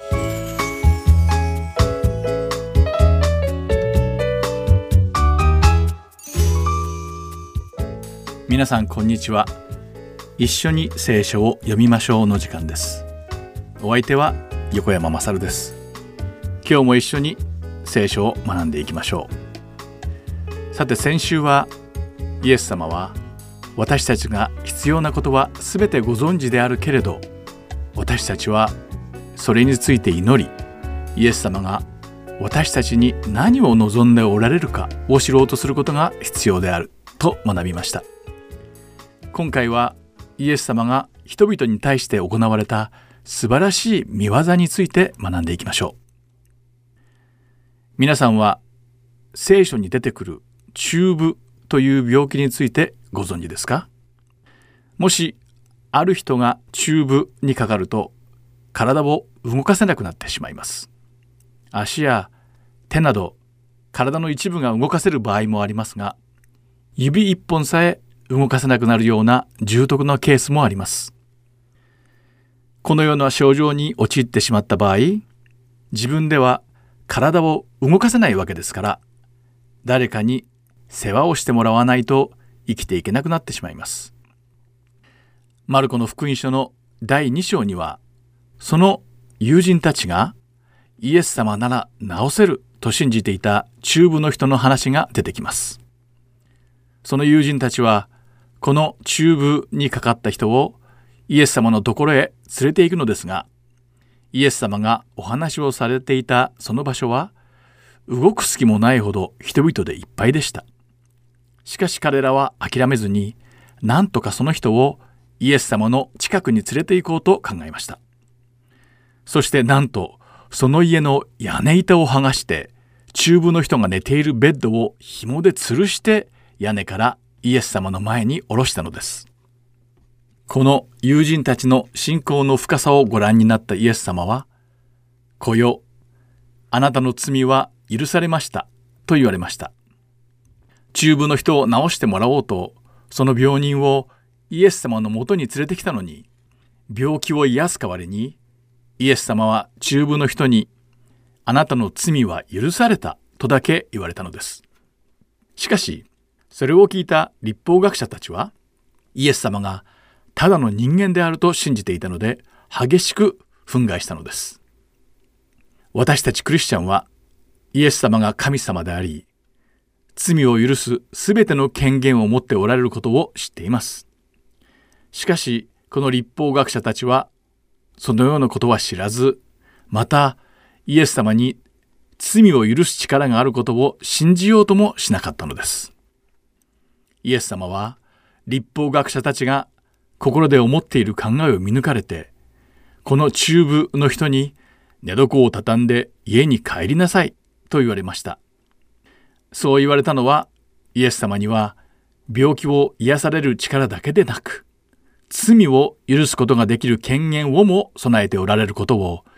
Speaker 6: 皆さんこんにちは。一緒に聖書を読みましょうの時間です。お相手は横山まさるです。今日も一緒に聖書を学んでいきましょう。さて先週はイエス様は私たちが必要なことはすべてご存知であるけれど、私たちはそれについて祈り、イエス様が私たちに何を望んでおられるかを知ろうとすることが必要であると学びました。今回はイエス様が人々に対して行われた素晴らしい御業について学んでいきましょう。皆さんは聖書に出てくる中風という病気についてご存知ですか？もしある人が中風にかかると体を動かせなくなってしまいます。足や手など体の一部が動かせる場合もありますが、指一本さえ動かせなくなるような重篤なケースもあります。このような症状に陥ってしまった場合、自分では体を動かせないわけですから、誰かに世話をしてもらわないと生きていけなくなってしまいます。マルコの福音書のだいに章には、その友人たちがイエス様なら治せると信じていた中風の人の話が出てきます。その友人たちはこの中風にかかった人をイエス様のところへ連れて行くのですが、イエス様がお話をされていたその場所は動く隙もないほど人々でいっぱいでした。しかし彼らは諦めずに、なんとかその人をイエス様の近くに連れて行こうと考えました。そしてなんとその家の屋根板を剥がして、中風の人が寝ているベッドを紐で吊るして屋根からイエス様の前に下ろしたのです。この友人たちの信仰の深さをご覧になったイエス様は、来よ、あなたの罪は許されましたと言われました。中風の人を治してもらおうと、その病人をイエス様のもとに連れてきたのに、病気を癒す代わりに、イエス様は中風の人に、あなたの罪は許されたとだけ言われたのです。しかし、それを聞いた律法学者たちは、イエス様がただの人間であると信じていたので、激しく憤慨したのです。私たちクリスチャンは、イエス様が神様であり、罪を許すすべての権限を持っておられることを知っています。しかし、この律法学者たちは、そのようなことは知らず、また、イエス様に罪を許す力があることを信じようともしなかったのです。イエス様は、律法学者たちが心で思っている考えを見抜かれて、この中風の人に寝床を畳んで家に帰りなさいと言われました。そう言われたのは、イエス様には病気を癒される力だけでなく、罪を許すことができる権限をも備えておられることを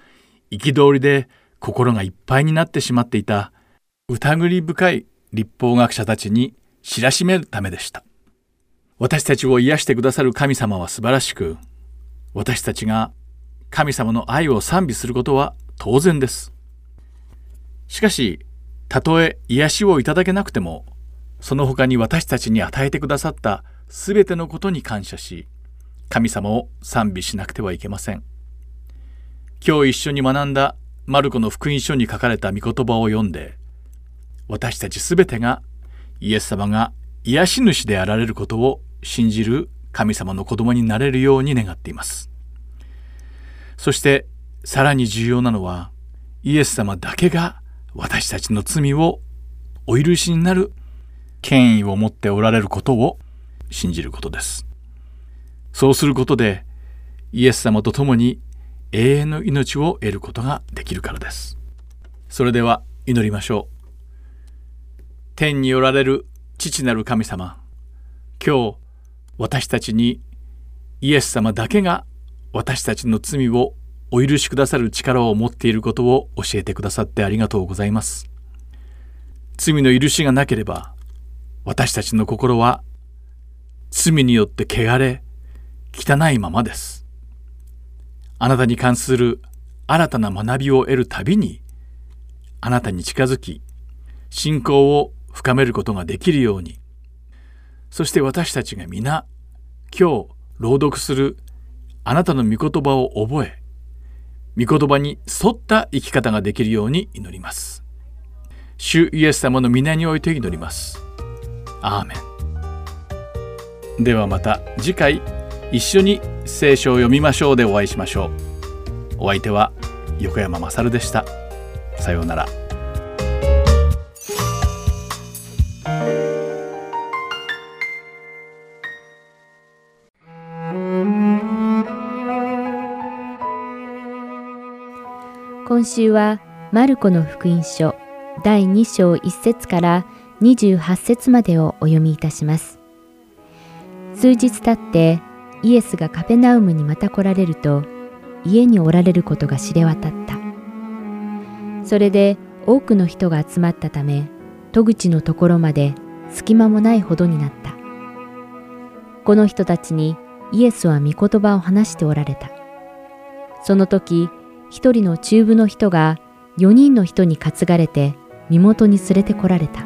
Speaker 6: 憤りで心がいっぱいになってしまっていた疑り深い律法学者たちに知らしめるためでした。私たちを癒してくださる神様は素晴らしく、私たちが神様の愛を賛美することは当然です。しかし、たとえ癒しをいただけなくても、その他に私たちに与えてくださったすべてのことに感謝し、神様を賛美しなくてはいけません。今日一緒に学んだマルコの福音書に書かれた御言葉を読んで、私たちすべてがイエス様が癒し主であられることを信じる神様の子供になれるように願っています。そしてさらに重要なのは、イエス様だけが私たちの罪をお許しになる権威を持っておられることを信じることです。そうすることでイエス様と共に永遠の命を得ることができるからです。それでは祈りましょう。天におられる父なる神様、今日私たちにイエス様だけが私たちの罪をお許しくださる力を持っていることを教えてくださってありがとうございます。罪の許しがなければ、私たちの心は罪によって汚れ、汚いままです。あなたに関する新たな学びを得るたびに、あなたに近づき、信仰を深めることができるように、そして私たちが皆、今日朗読するあなたの御言葉を覚え、御言葉に沿った生き方ができるように祈ります。主イエス様の皆において祈ります。アーメン。ではまた次回一緒に聖書を読みましょうでお会いしましょう。お相手は横山まさるでした。さようなら。
Speaker 5: 今週はマルコの福音書だいに章いち節からにじゅうはち節までをお読みいたします。数日経ってイエスがカペナウムにまた来られると、家におられることが知れ渡った。それで多くの人が集まったため、戸口のところまで隙間もないほどになった。この人たちにイエスは御言葉を話しておられた。その時、一人の中部の人が四人の人に担がれて身元に連れてこられた。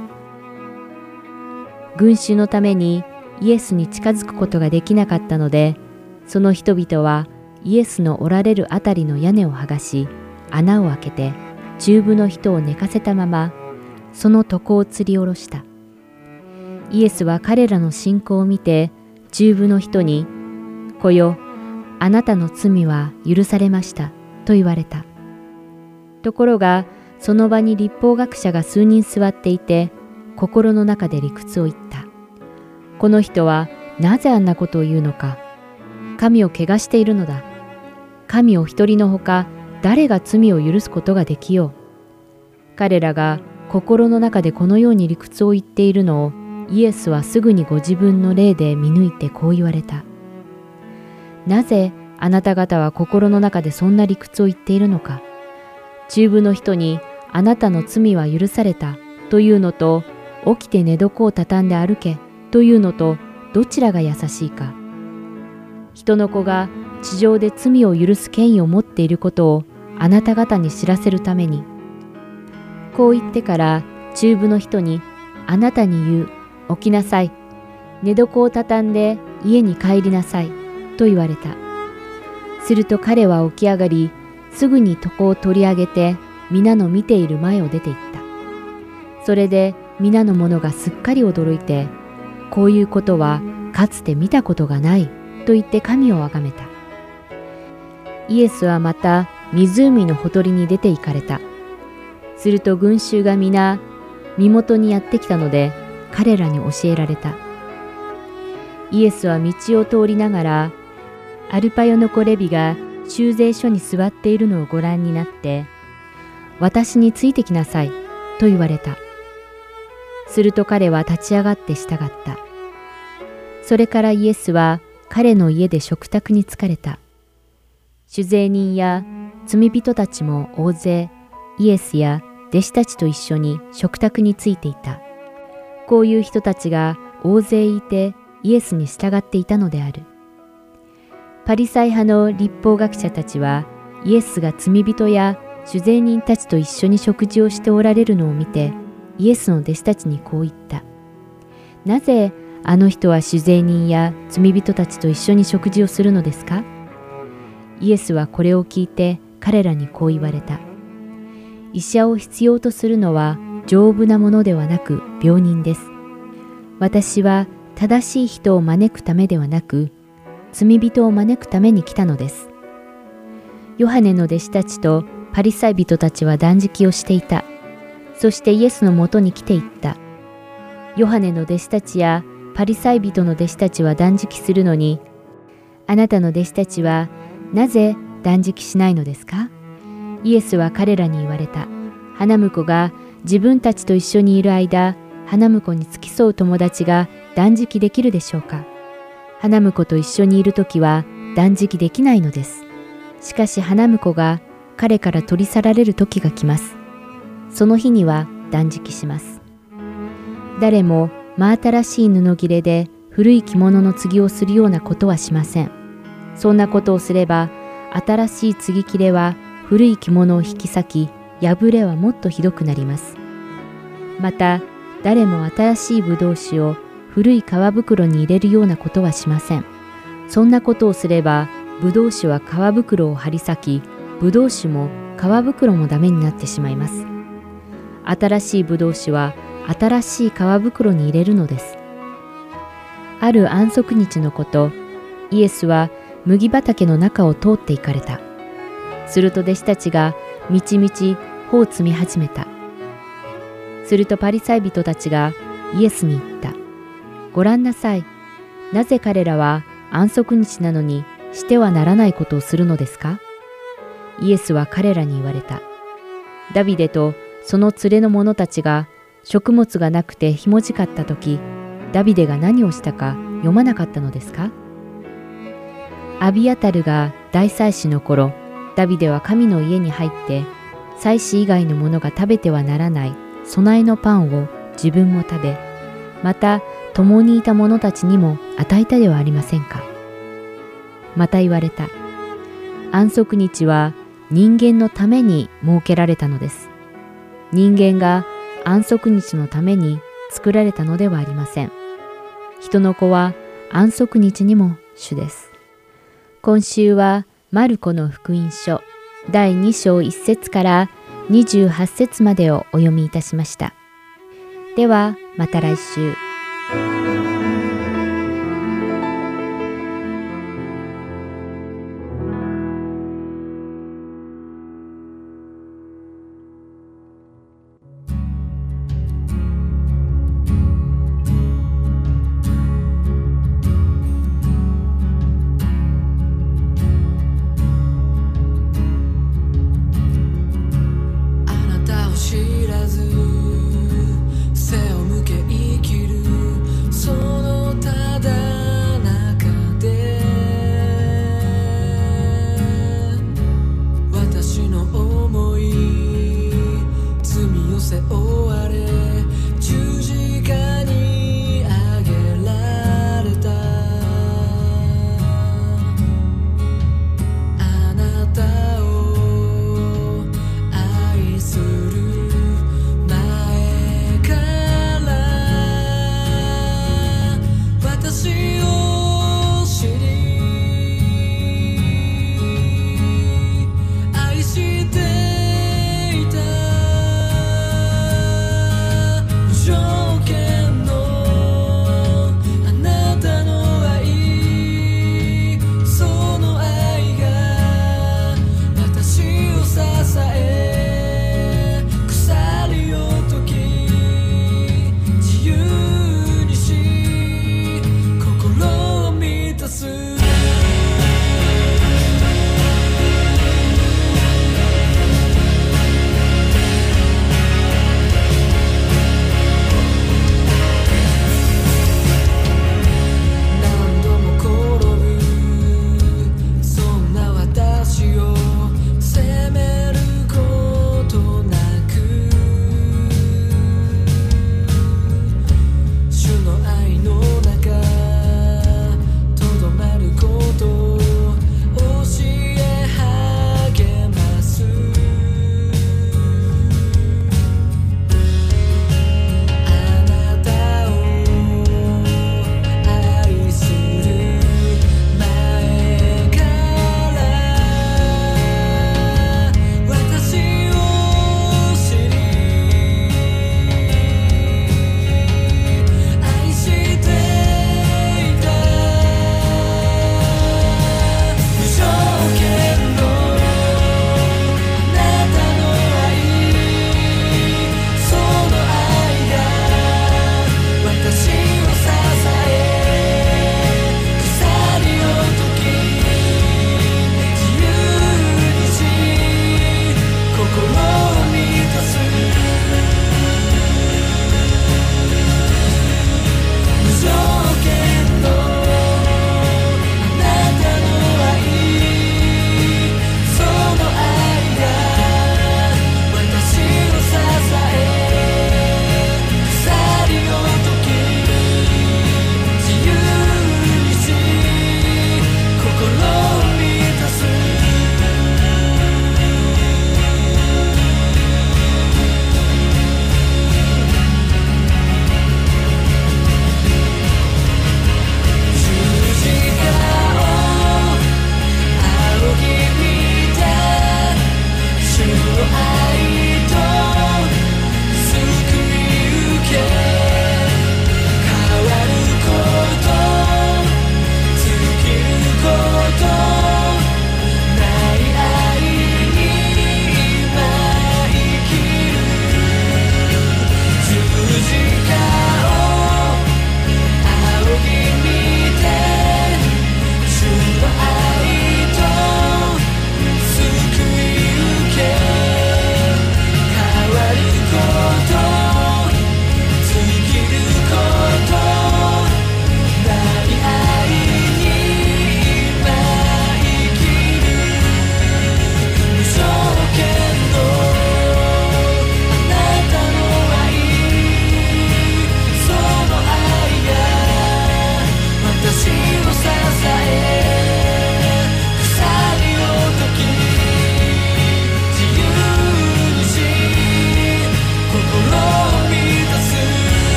Speaker 5: 群衆のためにイエスに近づくことができなかったので、その人々はイエスのおられるあたりの屋根を剥がし、穴を開けて中部の人を寝かせたまま、その床を吊り下ろした。イエスは彼らの信仰を見て、中部の人に、子よ、あなたの罪は許されました。と言われた。ところが、その場に律法学者が数人座っていて、心の中で理屈を言った。この人はなぜあんなことを言うのか。神を汚しているのだ。神お一人のほか、誰が罪を許すことができよう。彼らが心の中でこのように理屈を言っているのを、イエスはすぐにご自分の霊で見抜いてこう言われた。なぜあなた方は心の中でそんな理屈を言っているのか。中部の人にあなたの罪は許されたというのと、起きて寝床を畳んで歩けというのと、どちらが優しいか。人の子が地上で罪を許す権威を持っていることをあなた方に知らせるために。こう言ってから中部の人に、あなたに言う、起きなさい。寝床を畳んで家に帰りなさいと言われた。すると彼は起き上がり、すぐに床を取り上げて、皆の見ている前を出て行った。それで皆の者がすっかり驚いて、こういうことはかつて見たことがないと言って神をあがめた。イエスはまた湖のほとりに出て行かれた。すると群衆が皆身元にやってきたので、彼らに教えられた。イエスは道を通りながら、アルパヨの子レビが修税所に座っているのをご覧になって、私についてきなさいと言われた。すると彼は立ち上がって従った。それからイエスは彼の家で食卓に疲れた。酒税人や罪人たちも大勢イエスや弟子たちと一緒に食卓についていた。こういう人たちが大勢いてイエスに従っていたのである。パリサイ派の律法学者たちはイエスが罪人や主税人たちと一緒に食事をしておられるのを見て、イエスの弟子たちにこう言った。なぜあの人は主税人や罪人たちと一緒に食事をするのですか？イエスはこれを聞いて彼らにこう言われた。医者を必要とするのは丈夫なものではなく病人です。私は正しい人を招くためではなく、罪人を招くために来たのです。ヨハネの弟子たちとパリサイ人たちは断食をしていた。そしてイエスのもとに来ていった。ヨハネの弟子たちやパリサイ人の弟子たちは断食するのに、あなたの弟子たちはなぜ断食しないのですか？イエスは彼らに言われた。花婿が自分たちと一緒にいる間、花婿に付き添う友達が断食できるでしょうか？花婿と一緒にいるときは断食できないのです。しかし花婿が彼から取り去られる時が来ます。その日には断食します。誰も真新しい布切れで古い着物の継ぎをするようなことはしません。そんなことをすれば、新しい継ぎ切れは古い着物を引き裂き、破れはもっとひどくなります。また、誰も新しいぶどう酒を古い皮袋に入れるようなことはしません。そんなことをすれば、ぶどう酒は皮袋を張り裂き、ぶどう酒も皮袋もダメになってしまいます。新しいぶどう酒は新しい皮袋に入れるのです。ある安息日のこと、イエスは麦畑の中を通って行かれた。すると弟子たちがみちみち穂を摘み始めた。するとパリサイ人たちがイエスに言った。ご覧なさい。なぜ彼らは安息日なのにしてはならないことをするのですか？イエスは彼らに言われた。ダビデとその連れの者たちが食物がなくてひもじかったとき、ダビデが何をしたか読まなかったのですか？アビアタルが大祭司の頃、ダビデは神の家に入って、祭司以外の者が食べてはならない備えのパンを自分も食べ、また共にいた者たちにも与えたではありませんか。また言われた。安息日は人間のために設けられたのです。人間が安息日のために作られたのではありません。人の子は安息日にも主です。今週はマルコの福音書だいに章いっ節からにじゅうはち節までをお読みいたしました。ではまた来週。
Speaker 3: 知らず背を向け生きる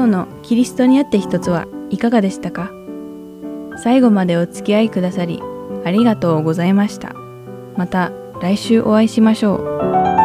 Speaker 1: のキリストにあって一つはいかがでしたか？最後までお付き合いくださりありがとうございました。また来週お会いしましょう。